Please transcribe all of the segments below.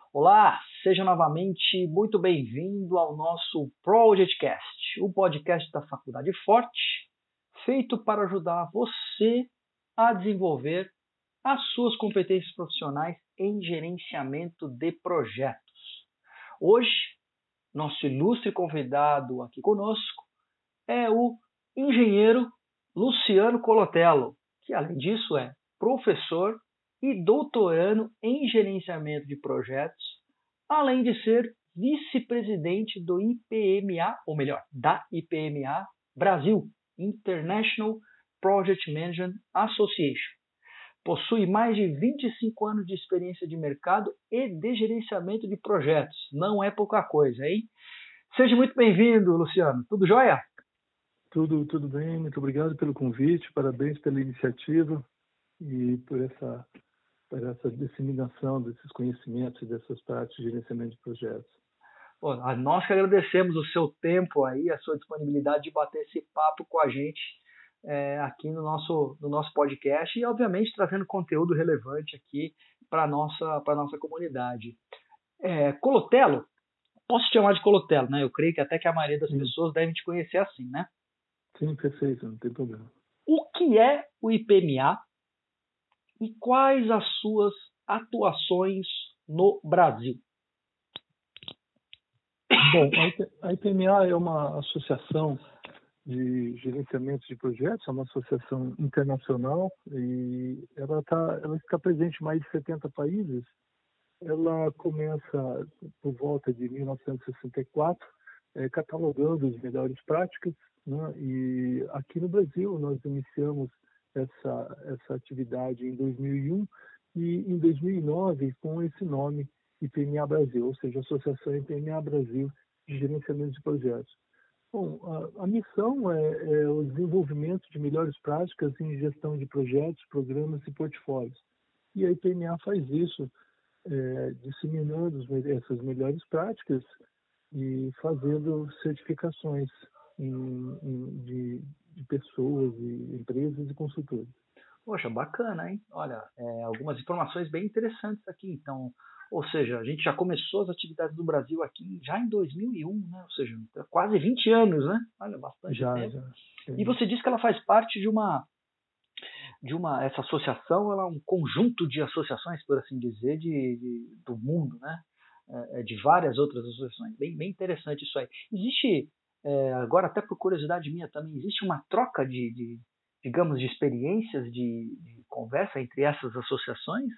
Olá, seja novamente muito bem-vindo ao nosso ProjectCast, o podcast da Faculdade Forte, feito para ajudar você a desenvolver as suas competências profissionais em gerenciamento de projetos. Hoje, nosso ilustre convidado aqui conosco é o engenheiro Luciano Colotello, que além disso é professor e doutorando em gerenciamento de projetos, além de ser vice-presidente do IPMA, ou melhor, da IPMA Brasil, International Project Management Association. Possui mais de 25 anos de experiência de mercado e de gerenciamento de projetos. Não é pouca coisa, hein? Seja muito bem-vindo, Luciano. Tudo jóia? Tudo bem, muito obrigado pelo convite, parabéns pela iniciativa e por essa disseminação desses conhecimentos e dessas práticas de gerenciamento de projetos. Bom, nós que agradecemos o seu tempo aí, a sua disponibilidade de bater esse papo com a gente aqui no nosso podcast e, obviamente, trazendo conteúdo relevante aqui para a nossa comunidade. Colotello, posso te chamar de Colotello, né? Eu creio que até que a maioria das pessoas devem te conhecer assim, né? Sim, perfeito, não tem problema. O que é o IPMA e quais as suas atuações no Brasil? Bom, a IPMA é uma associação de gerenciamento de projetos, é uma associação internacional e ela está presente em mais de 70 países. Ela começa por volta de 1964, catalogando as melhores práticas, né? E aqui no Brasil nós iniciamos essa atividade em 2001 e em 2009 com esse nome IPMA Brasil, ou seja, Associação IPMA Brasil de Gerenciamento de Projetos. Bom, a missão é o desenvolvimento de melhores práticas em gestão de projetos, programas e portfólios. E a IPMA faz isso disseminando essas melhores práticas e fazendo certificações de pessoas, e empresas e consultores. Poxa, bacana, hein? Olha, algumas informações bem interessantes aqui. Então, ou seja, a gente já começou as atividades do Brasil aqui já em 2001, né? Ou seja, quase 20 anos, né? Olha, bastante tempo. Já. E você disse que ela faz parte essa associação, ela é um conjunto de associações, por assim dizer, do mundo, né? De várias outras associações. Bem interessante isso aí. Existe, agora até por curiosidade minha também, existe uma troca digamos, de experiências de conversa entre essas associações?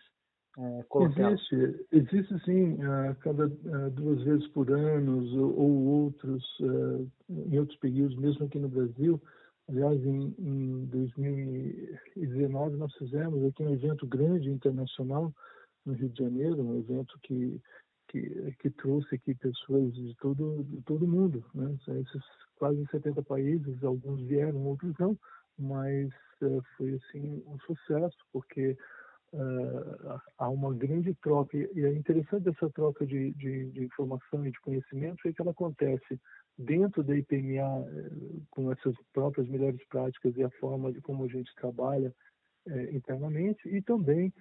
Existe sim, cada 2 vezes por ano ou outros, em outros períodos, mesmo aqui no Brasil. Aliás, em 2019 nós fizemos aqui um evento grande internacional no Rio de Janeiro, um evento que trouxe aqui pessoas de todo mundo, né? São esses quase 70 países, alguns vieram, outros não, mas foi assim um sucesso, porque há uma grande troca, e é interessante essa troca de informação e de conhecimento, é que ela acontece dentro da IPMA, com essas próprias melhores práticas e a forma de como a gente trabalha internamente, e também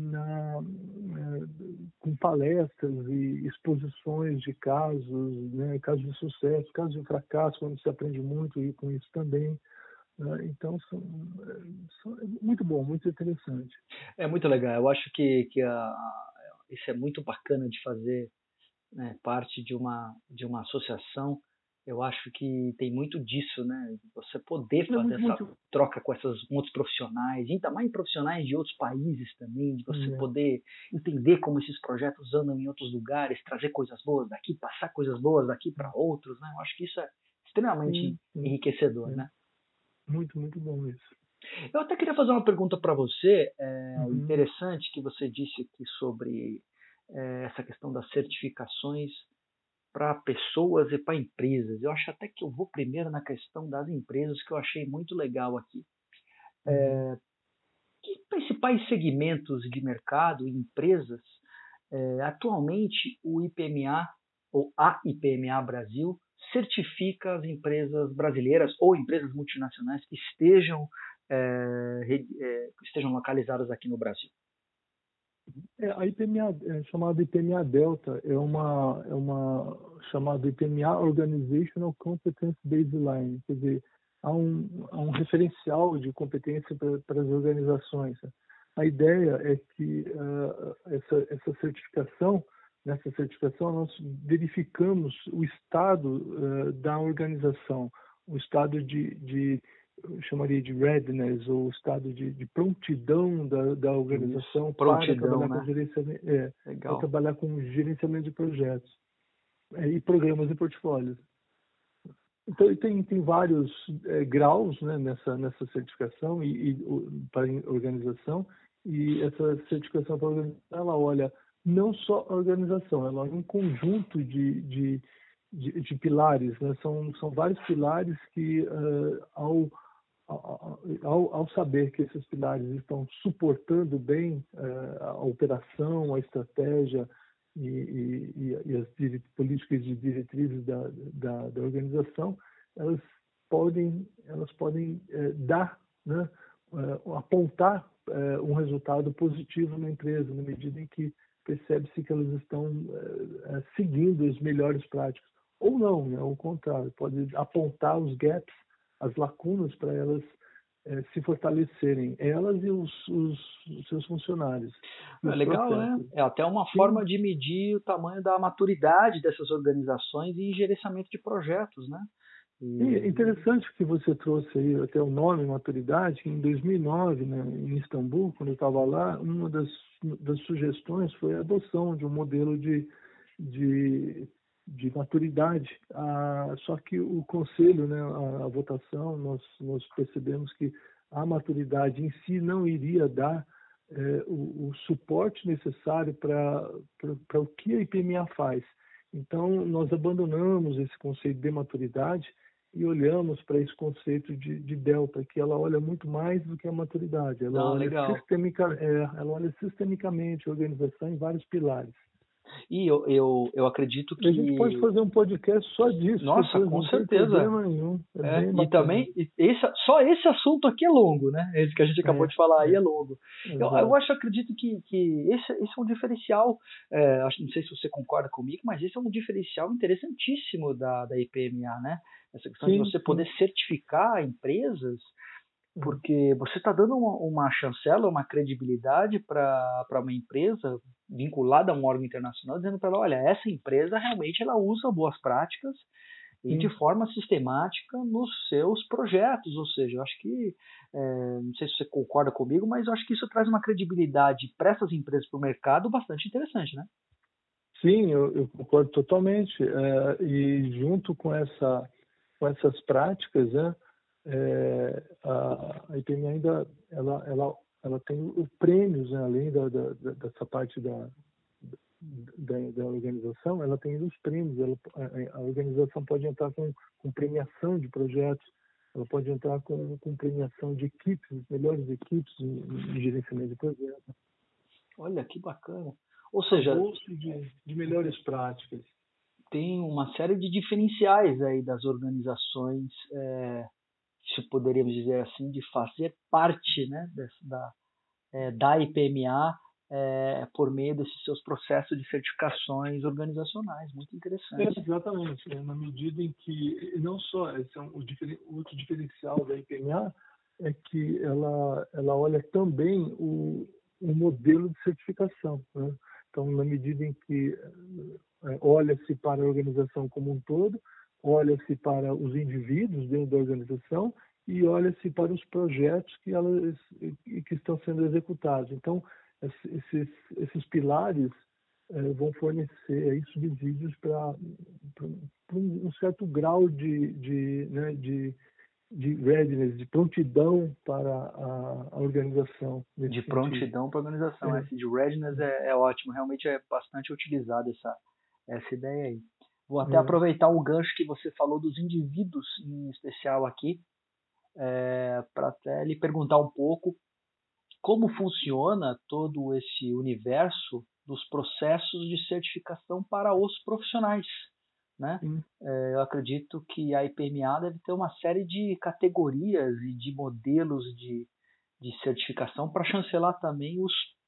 com palestras e exposições de casos, né, casos de sucesso, casos de fracasso, onde se aprende muito e com isso também. Então, é muito bom, muito interessante. É muito legal. Eu acho que isso é muito bacana de fazer, né, parte de uma associação. Eu acho que tem muito disso, né? Você poder fazer essa troca com esses outros profissionais, e também profissionais de outros países também, de você poder entender como esses projetos andam em outros lugares, trazer coisas boas daqui, passar coisas boas daqui para outros, né? Eu acho que isso é extremamente enriquecedor, né? Muito bom isso. Eu até queria fazer uma pergunta para você, interessante que você disse aqui sobre essa questão das certificações para pessoas e para empresas. Eu acho até que eu vou primeiro na questão das empresas, que eu achei muito legal aqui. Que principais segmentos de mercado e empresas atualmente o IPMA ou a IPMA Brasil certifica as empresas brasileiras ou empresas multinacionais que estejam localizadas aqui no Brasil? A IPMA, chamada IPMA Delta, é uma chamada IPMA Organizational Competence Baseline, quer dizer, há um referencial de competência para as organizações. A ideia é que essa certificação, nessa certificação, nós verificamos o estado da organização, o estado eu chamaria de readiness, ou estado de prontidão da organização para trabalhar, né? com para trabalhar com gerenciamento de projetos e programas e portfólios. Então, tem vários graus, né, nessa certificação para organização, e essa certificação para organização, ela olha não só a organização, ela olha um conjunto de pilares, né? São vários pilares que, ao saber que esses pilares estão suportando bem a operação, a estratégia e as políticas e diretrizes da organização, elas podem dar, né, apontar um resultado positivo na empresa, na medida em que percebe-se que elas estão seguindo as melhores práticas. Ou não, né, ao contrário, pode apontar os gaps, as lacunas, para elas se fortalecerem, elas e os seus funcionários. É legal, né? É até uma forma de medir o tamanho da maturidade dessas organizações e gerenciamento de projetos, né? E é interessante que você trouxe aí até o nome maturidade, que em 2009, né, em Istambul, quando eu estava lá, uma das sugestões foi a adoção de um modelo de maturidade. Só que o conselho, né, a votação, nós percebemos que a maturidade em si não iria dar o suporte necessário para o que a IPMA faz. Então, nós abandonamos esse conceito de maturidade e olhamos para esse conceito de delta, que ela olha muito mais do que a maturidade. Ela olha sistemicamente a organização em vários pilares. E eu acredito que... A gente pode fazer um podcast só disso. Nossa, com certeza. Não tem problema nenhum. E também, só esse assunto aqui é longo, né? Esse que a gente acabou de falar aí é longo. Eu acredito que esse é um diferencial, não sei se você concorda comigo, mas esse é um diferencial interessantíssimo da IPMA, né? Essa questão de você poder certificar empresas, porque você está dando uma chancela, uma credibilidade para uma empresa vinculada a um órgão internacional, dizendo para ela, olha, essa empresa realmente ela usa boas práticas e de forma sistemática nos seus projetos. Ou seja, eu acho que, não sei se você concorda comigo, mas eu acho que isso traz uma credibilidade para essas empresas, para o mercado, bastante interessante, né? Sim, eu concordo totalmente. E junto com essas práticas, né, a IPMA ainda ela tem os prêmios, né, além dessa parte da organização, ela tem os prêmios. A organização pode entrar com premiação de projetos, ela pode entrar com premiação de equipes, melhores equipes em gerenciamento de projetos. Olha, que bacana. Ou seja, bolsa de melhores práticas. Tem uma série de diferenciais aí das organizações, se poderíamos dizer assim, de fazer parte, né, da IPMA por meio desses seus processos de certificações organizacionais. Muito interessante. Exatamente. Na medida em que, não só, o outro diferencial da IPMA é que ela olha também o modelo de certificação, né? Então, na medida em que olha-se para a organização como um todo, olha-se para os indivíduos dentro da organização e olha-se para os projetos que estão sendo executados. Então, esses pilares vão fornecer aí subsídios para um certo grau de readiness, de prontidão para a organização. De prontidão para a organização. Esse de readiness é ótimo, realmente é bastante utilizado essa ideia aí. Vou até aproveitar o gancho que você falou dos indivíduos em especial aqui, para até lhe perguntar um pouco como funciona todo esse universo dos processos de certificação para os profissionais, né? Eu acredito que a IPMA deve ter uma série de categorias e de modelos de certificação para chancelar também os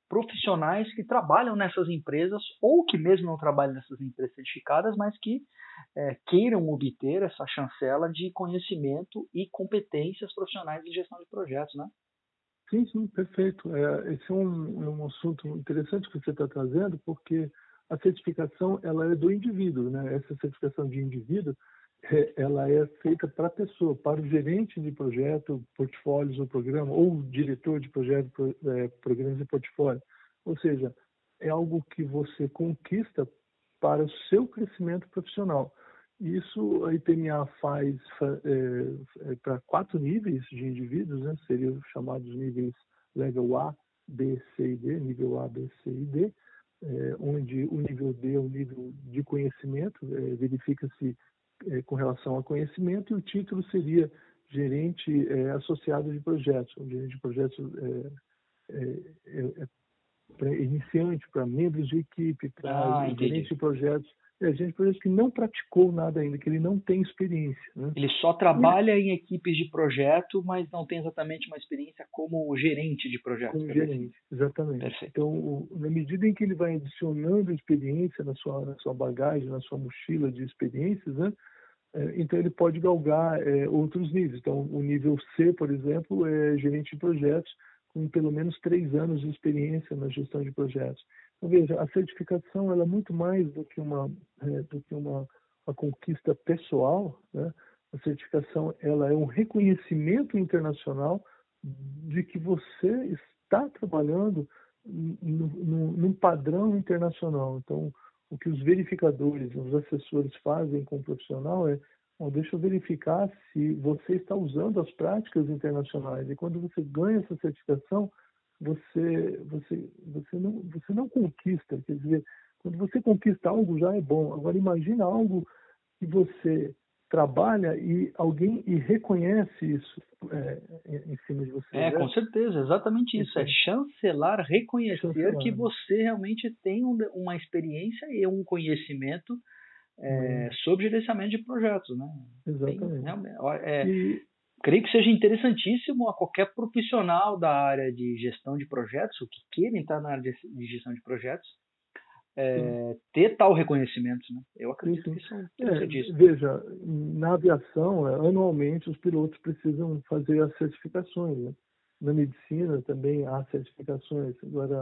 profissionais que trabalham nessas empresas ou que mesmo não trabalham nessas empresas certificadas, mas que queiram obter essa chancela de conhecimento e competências profissionais de gestão de projetos, né? Sim, sim, perfeito. Esse é um assunto interessante que você está trazendo, porque a certificação ela é do indivíduo, né? Essa certificação de indivíduo ela é feita para a pessoa, para o gerente de projeto, portfólios ou programa, ou diretor de projeto, programas e portfólio. Ou seja, é algo que você conquista para o seu crescimento profissional. Isso a IPMA faz para 4 níveis de indivíduos, né? Seriam chamados níveis Level A, B, C e D, nível A, B, C e D, onde o nível D é o nível de conhecimento, verifica-se com relação ao conhecimento, e o título seria gerente associado de projetos. O gerente de projetos para iniciante, para membros de equipe, para gerente de projetos. Gerente de projetos que não praticou nada ainda, que ele não tem experiência. Né? Ele só trabalha em equipes de projeto, mas não tem exatamente uma experiência como gerente de projeto. Como gerente, exatamente. Perfeito. Então, na medida em que ele vai adicionando experiência na sua bagagem, na sua mochila de experiências, né? Então ele pode galgar outros níveis. Então, o nível C, por exemplo, é gerente de projetos com pelo menos 3 anos de experiência na gestão de projetos. Então, veja, a certificação ela é muito mais do que uma conquista pessoal, né? A certificação ela é um reconhecimento internacional de que você está trabalhando num padrão internacional. Então, o que os verificadores, os assessores fazem com o profissional deixa eu verificar se você está usando as práticas internacionais. E quando você ganha essa certificação, você não conquista. Quer dizer, quando você conquista algo, já é bom. Agora, imagina algo que você trabalha e alguém reconhece isso em cima de você. Com certeza, exatamente isso. É chancelar, reconhecer que você realmente tem uma experiência e um conhecimento sobre gerenciamento de projetos, né? Exatamente. Creio que seja interessantíssimo a qualquer profissional da área de gestão de projetos, ou que queira entrar na área de gestão de projetos, ter tal reconhecimento, né? Eu acredito que isso é disso. Veja, na aviação, anualmente os pilotos precisam fazer as certificações, né? Na medicina também há certificações. Agora,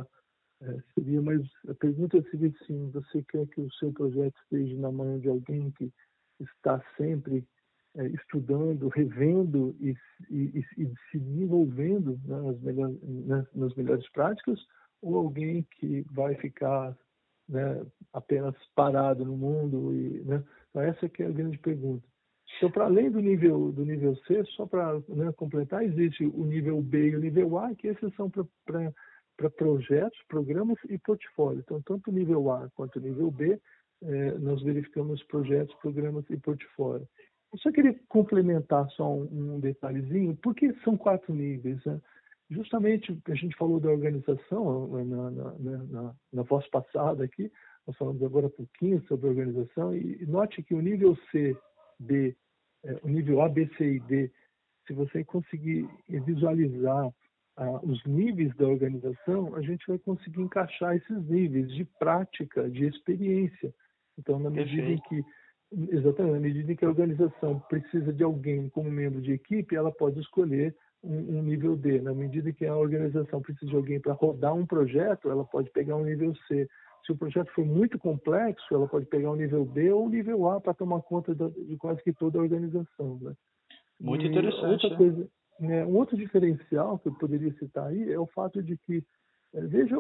a pergunta seria assim: você quer que o seu projeto esteja na mão de alguém que está sempre estudando, revendo e se desenvolvendo, né, nas melhores práticas, ou alguém que vai ficar, né, apenas parado no mundo? Né? Então, essa que é a grande pergunta. Então, para além do nível C, só para, né, completar, existe o nível B e o nível A, que esses são para projetos, programas e portfólio. Então, tanto o nível A quanto o nível B, nós verificamos projetos, programas e portfólio. Eu só queria complementar só um detalhezinho, porque são 4 níveis, né? Justamente, a gente falou da organização na voz passada aqui, nós falamos agora um pouquinho sobre a organização, e note que o nível C, D, o nível A, B, C e D, se você conseguir visualizar os níveis da organização, a gente vai conseguir encaixar esses níveis de prática, de experiência. Então, na medida em que a organização precisa de alguém como membro de equipe, ela pode escolher um nível D. Na medida que a organização precisa de alguém para rodar um projeto, ela pode pegar um nível C. Se o projeto for muito complexo, ela pode pegar um nível B ou um nível A para tomar conta de quase que toda a organização, né? Muito interessante. Outra coisa, um outro diferencial que eu poderia citar aí é o fato de que, veja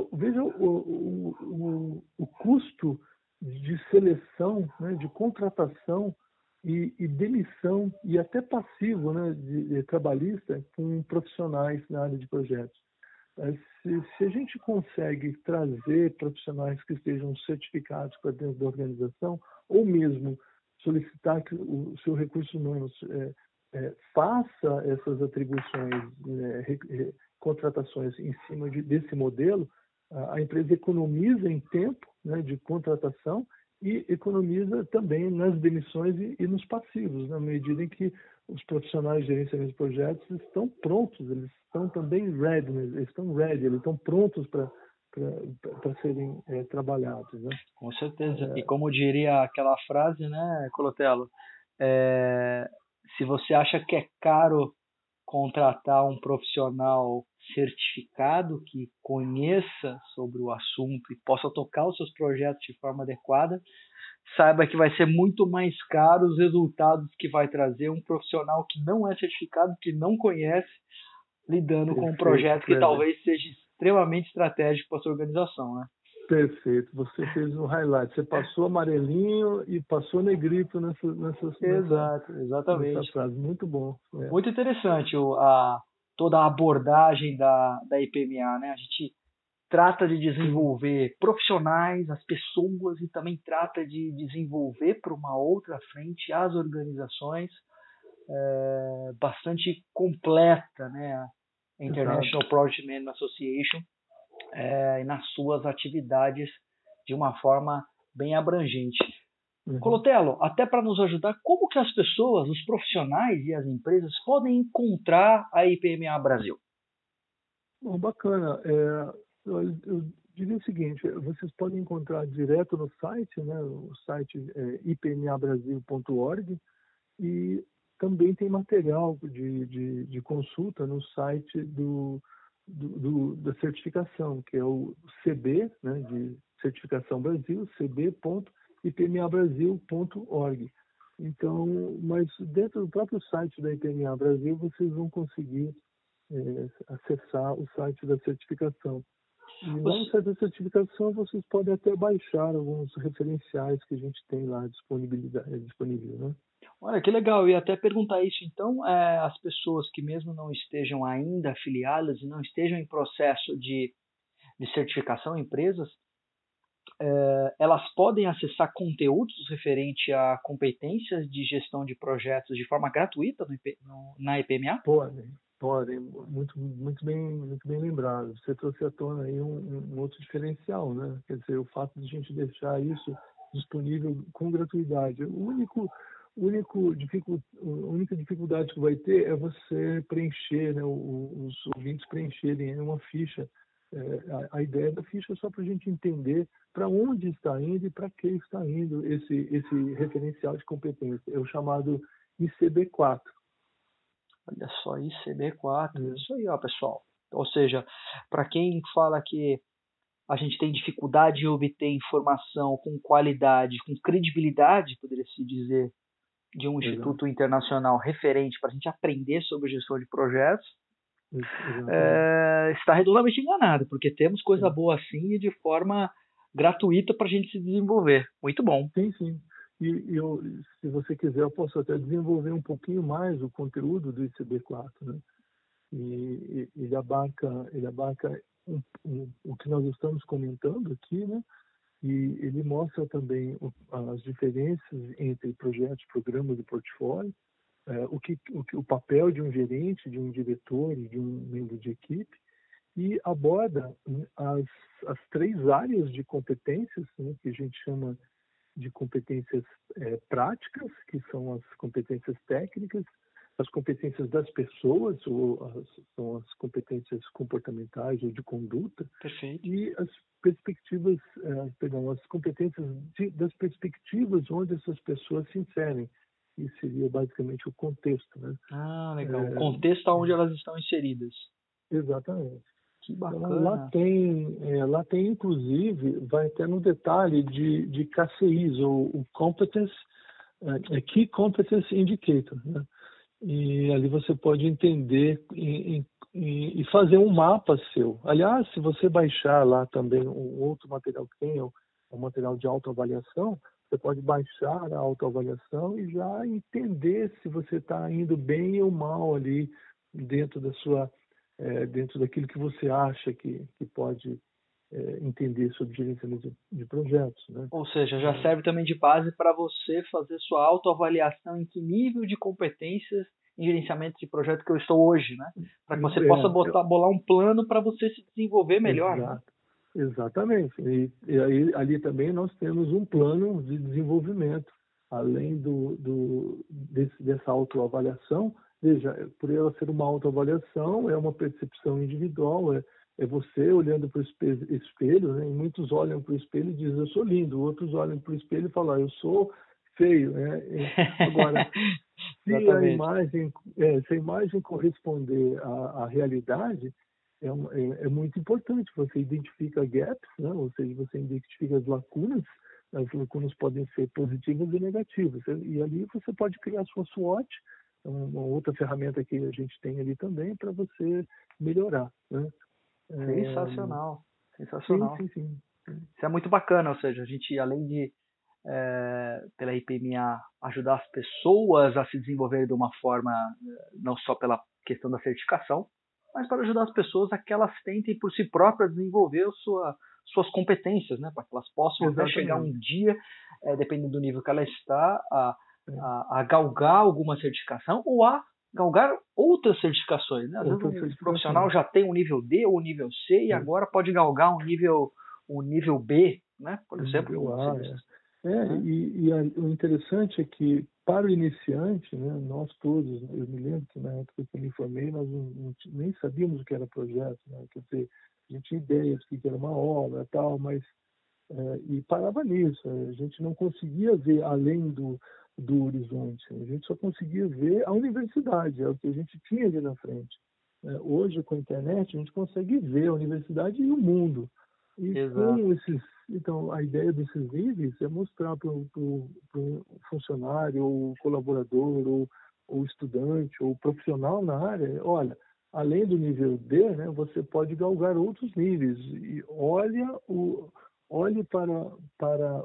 o custo de seleção, né, de contratação e demissão, e até passivo, né, de trabalhista, com profissionais na área de projetos. Se a gente consegue trazer profissionais que estejam certificados para dentro da organização, ou mesmo solicitar que o seu recurso humano faça essas atribuições, contratações em cima desse modelo, a empresa economiza em tempo, né, de contratação, e economiza também nas demissões e nos passivos, na medida em que os profissionais de gerenciamento de projetos estão prontos, eles estão também ready, eles estão prontos para para serem trabalhados, né? Com certeza. E como diria aquela frase, né, Colotelo, é, se você acha que é caro contratar um profissional certificado que conheça sobre o assunto e possa tocar os seus projetos de forma adequada, saiba que vai ser muito mais caro os resultados que vai trazer um profissional que não é certificado, que não conhece, lidando com um projeto que talvez seja extremamente estratégico para a sua organização, né? Perfeito, você fez um highlight. Você passou amarelinho e passou negrito Exatamente. nessa frase. Muito bom. Muito interessante toda a abordagem da IPMA, né? A gente trata de desenvolver profissionais, as pessoas, e também trata de desenvolver para uma outra frente as organizações, bastante completa, né? A International Project Management Association, e nas suas atividades de uma forma bem abrangente. Colotelo, até para nos ajudar, como que as pessoas, os profissionais e as empresas podem encontrar a IPMA Brasil? Bom, bacana. Eu diria o seguinte, vocês podem encontrar direto no site, né? O site é ipmabrasil.org, e também tem material de consulta no site da certificação, que é o CB, né, de Certificação Brasil, cb.ipmabrasil.org. Então, mas dentro do próprio site da IPMA Brasil, vocês vão conseguir acessar o site da certificação. E lá no site da certificação, vocês podem até baixar alguns referenciais que a gente tem lá disponível, né? Olha, que legal. Eu ia até perguntar isso. Então, as pessoas que mesmo não estejam ainda afiliadas e não estejam em processo de certificação, empresas, elas podem acessar conteúdos referente a competências de gestão de projetos de forma gratuita na IPMA? Podem. Muito bem lembrado. Você trouxe à tona aí um outro diferencial, né? Quer dizer, o fato de a gente deixar isso disponível com gratuidade. A única dificuldade que vai ter é você preencher, né, os ouvintes preencherem uma ficha. A ideia da ficha é só para a gente entender para onde está indo e para que está indo esse referencial de competência. É o chamado ICB4. Olha só, ICB4. Isso aí, ó, pessoal. Ou seja, para quem fala que a gente tem dificuldade em obter informação com qualidade, com credibilidade, poderia-se dizer, de um instituto internacional referente para a gente aprender sobre gestão de projetos, está redondamente enganado, porque temos coisa boa assim e de forma gratuita para a gente se desenvolver. Muito bom. Sim. E se você quiser, eu posso até desenvolver um pouquinho mais o conteúdo do ICB4, né? E ele abarca o que nós estamos comentando aqui, né? E ele mostra também as diferenças entre projetos, programas e portfólio, o papel de um gerente, de um diretor e de um membro de equipe, e aborda as 3 áreas de competências, né, que a gente chama de competências práticas, que são as competências técnicas, as competências das pessoas, são as competências comportamentais ou de conduta. Perfeito. E as perspectivas, as competências das perspectivas onde essas pessoas se inserem. Isso seria basicamente o contexto, né? Ah, legal. O contexto onde elas estão inseridas. Exatamente. Que bacana. Então, lá tem inclusive, vai até no detalhe de KCIs, ou o Key Competence Indicator, né? E ali você pode entender e fazer um mapa seu. Aliás, se você baixar lá também um outro material que tem, o material de autoavaliação, você pode baixar a autoavaliação e já entender se você está indo bem ou mal ali dentro daquilo que você acha que pode entender sobre gerenciamento de projetos, né? Ou seja, já serve também de base para você fazer sua autoavaliação em que nível de competências em gerenciamento de projeto que eu estou hoje, né? Para que você possa bolar um plano para você se desenvolver melhor. Exato. Né? Exatamente. E aí, ali também nós temos um plano de desenvolvimento, além dessa autoavaliação. Veja, por ela ser uma autoavaliação, é uma percepção individual, é você olhando para o espelho, né? E muitos olham para o espelho e dizem, eu sou lindo. Outros olham para o espelho e falam, eu sou feio, né? Agora, se a imagem corresponder à realidade, é muito importante. Você identifica gaps, né? Ou seja, você identifica as lacunas podem ser positivas e negativas. E ali você pode criar a sua SWOT, uma outra ferramenta que a gente tem ali também para você melhorar, né? Sensacional, sensacional. Sim. Isso é muito bacana, ou seja, a gente, além de, pela IPMA, ajudar as pessoas a se desenvolverem de uma forma, não só pela questão da certificação, mas para ajudar as pessoas a que elas tentem por si próprias desenvolver suas competências, né, para que elas possam até chegar um dia, dependendo do nível que ela está, a galgar alguma certificação ou a galgar outras certificações, né? Às vezes o profissional já tem um nível D ou um nível C e agora pode galgar um nível B, né? Por exemplo. E o interessante é que para o iniciante, né, nós todos, eu me lembro que na época que eu me formei, nós nem sabíamos o que era projeto, né? Quer dizer, a gente tinha ideia de que era uma obra e tal, mas e parava nisso. A gente não conseguia ver além do horizonte. A gente só conseguia ver a universidade, é o que a gente tinha ali na frente. Hoje, com a internet, a gente consegue ver a universidade e o mundo. E com então, a ideia desses níveis é mostrar para o funcionário, ou colaborador, ou estudante, ou profissional na área, olha, além do nível D, né, você pode galgar outros níveis. E olhe para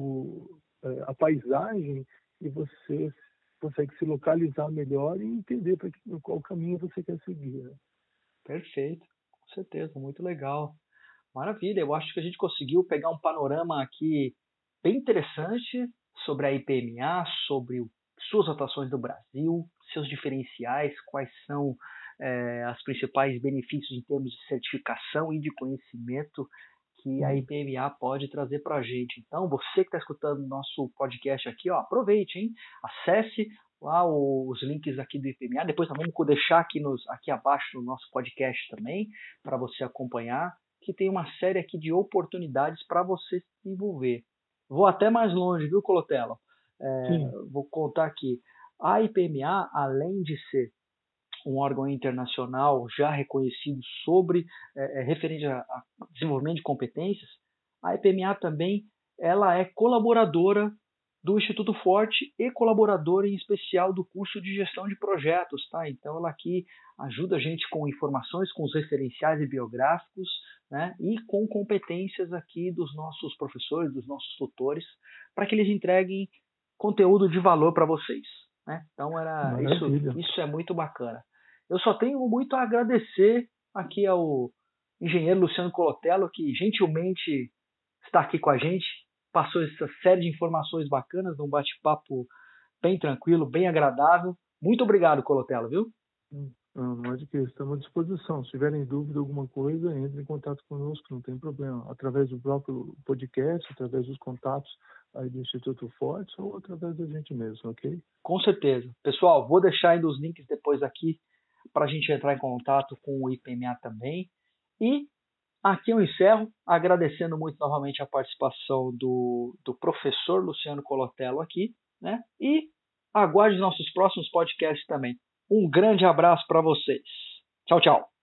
a paisagem e você consegue se localizar melhor e entender para qual caminho você quer seguir. Né? Perfeito, com certeza, muito legal. Maravilha, eu acho que a gente conseguiu pegar um panorama aqui bem interessante sobre a IPMA, sobre suas atuações no Brasil, seus diferenciais, quais são os principais benefícios em termos de certificação e de conhecimento que a IPMA pode trazer para a gente. Então, você que está escutando o nosso podcast aqui, aproveite, hein? Acesse lá os links aqui do IPMA, depois nós vamos deixar aqui abaixo no nosso podcast também, para você acompanhar, que tem uma série aqui de oportunidades para você se desenvolver. Vou até mais longe, viu, Colotello? Vou contar aqui. A IPMA, além de ser um órgão internacional já reconhecido referente a desenvolvimento de competências, a IPMA também ela é colaboradora do Instituto Forte e colaboradora em especial do curso de gestão de projetos, tá? Então ela aqui ajuda a gente com informações, com os referenciais e biográficos, né? E com competências aqui dos nossos professores, dos nossos tutores, para que eles entreguem conteúdo de valor para vocês, né? Então isso é muito bacana. Eu só tenho muito a agradecer aqui ao engenheiro Luciano Colotello, que gentilmente está aqui com a gente, passou essa série de informações bacanas, num bate-papo bem tranquilo, bem agradável. Muito obrigado, Colotello, viu? Não é de que estamos à disposição. Se tiverem dúvida alguma coisa, entre em contato conosco, não tem problema. Através do próprio podcast, através dos contatos aí do Instituto Forte ou através da gente mesmo, ok? Com certeza. Pessoal, vou deixar ainda os links depois aqui para a gente entrar em contato com o IPMA também. E aqui eu encerro agradecendo muito novamente a participação do professor Luciano Colotello aqui, né? E aguarde nossos próximos podcasts também. Um grande abraço para vocês. Tchau, tchau.